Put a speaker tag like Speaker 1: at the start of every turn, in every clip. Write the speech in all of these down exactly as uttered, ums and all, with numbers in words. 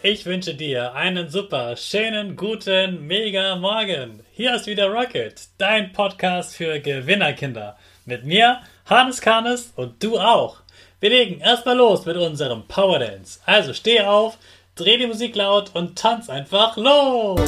Speaker 1: Ich wünsche dir einen super, schönen, guten, mega Morgen. Hier ist wieder Rocket, dein Podcast für Gewinnerkinder. Mit mir, Hannes Karnes und du auch. Wir legen erstmal los mit unserem Power Dance. Also steh auf, dreh die Musik laut und tanz einfach los.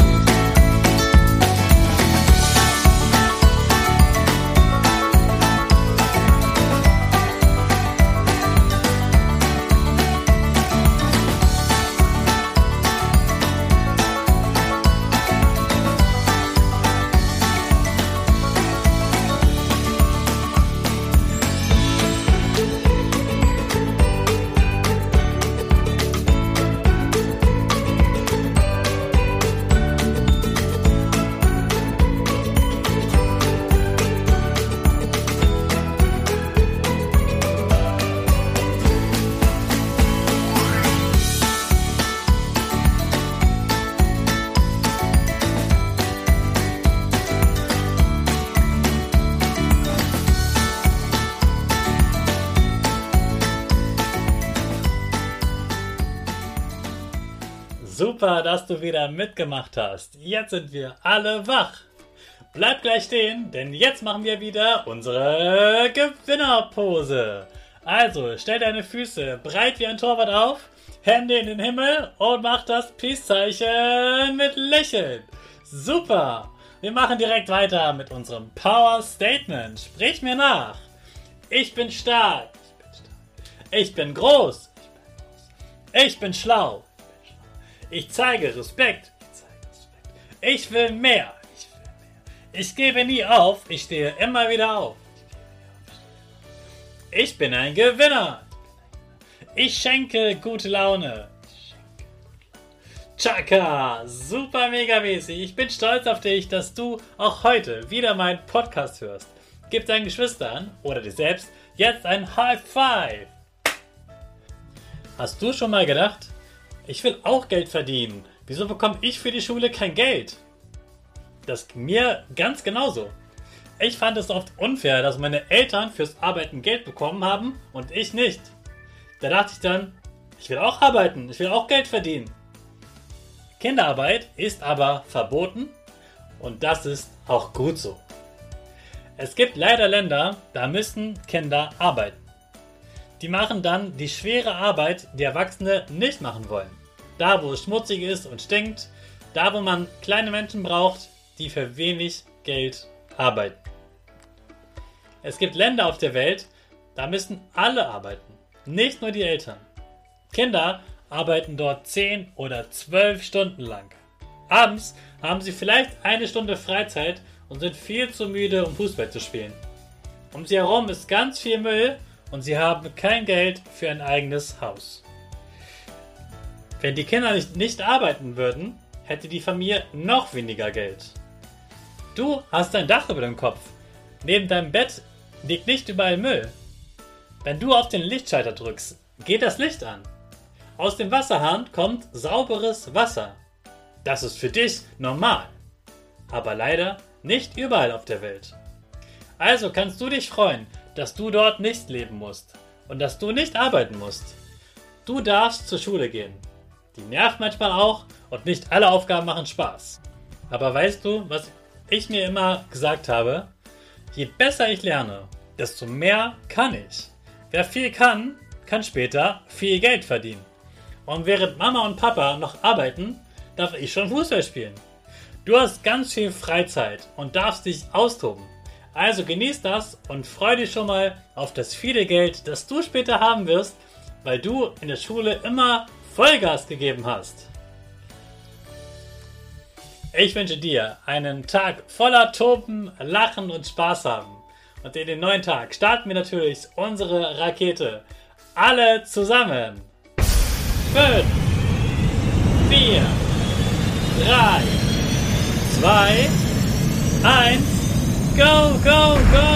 Speaker 1: Super, dass du wieder mitgemacht hast. Jetzt sind wir alle wach. Bleib gleich stehen, denn jetzt machen wir wieder unsere Gewinnerpose. Also, stell deine Füße breit wie ein Torwart auf, Hände in den Himmel und mach das Peace-Zeichen mit Lächeln. Super! Wir machen direkt weiter mit unserem Power Statement. Sprich mir nach. Ich bin stark. Ich bin stark. Ich bin groß. Ich bin groß. Ich bin schlau. Ich zeige Respekt. Ich zeige Respekt. Ich will mehr. Ich will mehr. Ich gebe nie auf. Ich stehe immer wieder auf. Ich bin ein Gewinner. Ich schenke gute Laune. Ich schenke gute Laune. Chaka, super mega mäßig. Ich bin stolz auf dich, dass du auch heute wieder meinen Podcast hörst. Gib deinen Geschwistern oder dir selbst jetzt ein High Five. Hast du schon mal gedacht, ich will auch Geld verdienen. Wieso bekomme ich für die Schule kein Geld? Das ging mir ganz genauso. Ich fand es oft unfair, dass meine Eltern fürs Arbeiten Geld bekommen haben und ich nicht. Da dachte ich dann, ich will auch arbeiten, ich will auch Geld verdienen. Kinderarbeit ist aber verboten und das ist auch gut so. Es gibt leider Länder, da müssen Kinder arbeiten. Die machen dann die schwere Arbeit, die Erwachsene nicht machen wollen. Da, wo es schmutzig ist und stinkt, da, wo man kleine Menschen braucht, die für wenig Geld arbeiten. Es gibt Länder auf der Welt, da müssen alle arbeiten, nicht nur die Eltern. Kinder arbeiten dort zehn oder zwölf Stunden lang. Abends haben sie vielleicht eine Stunde Freizeit und sind viel zu müde, um Fußball zu spielen. Um sie herum ist ganz viel Müll und sie haben kein Geld für ein eigenes Haus. Wenn die Kinder nicht, nicht arbeiten würden, hätte die Familie noch weniger Geld. Du hast ein Dach über dem Kopf. Neben deinem Bett liegt nicht überall Müll. Wenn du auf den Lichtschalter drückst, geht das Licht an. Aus dem Wasserhahn kommt sauberes Wasser. Das ist für dich normal. Aber leider nicht überall auf der Welt. Also kannst du dich freuen, dass du dort nicht leben musst und dass du nicht arbeiten musst. Du darfst zur Schule gehen. Die nervt manchmal auch und nicht alle Aufgaben machen Spaß. Aber weißt du, was ich mir immer gesagt habe? Je besser ich lerne, desto mehr kann ich. Wer viel kann, kann später viel Geld verdienen. Und während Mama und Papa noch arbeiten, darf ich schon Fußball spielen. Du hast ganz viel Freizeit und darfst dich austoben. Also genieß das und freu dich schon mal auf das viele Geld, das du später haben wirst, weil du in der Schule immer Vollgas gegeben hast. Ich wünsche dir einen Tag voller Toben, Lachen und Spaß haben. Und in den neuen Tag starten wir natürlich unsere Rakete. Alle zusammen. fünf, vier, drei, zwei, eins, go, go, go!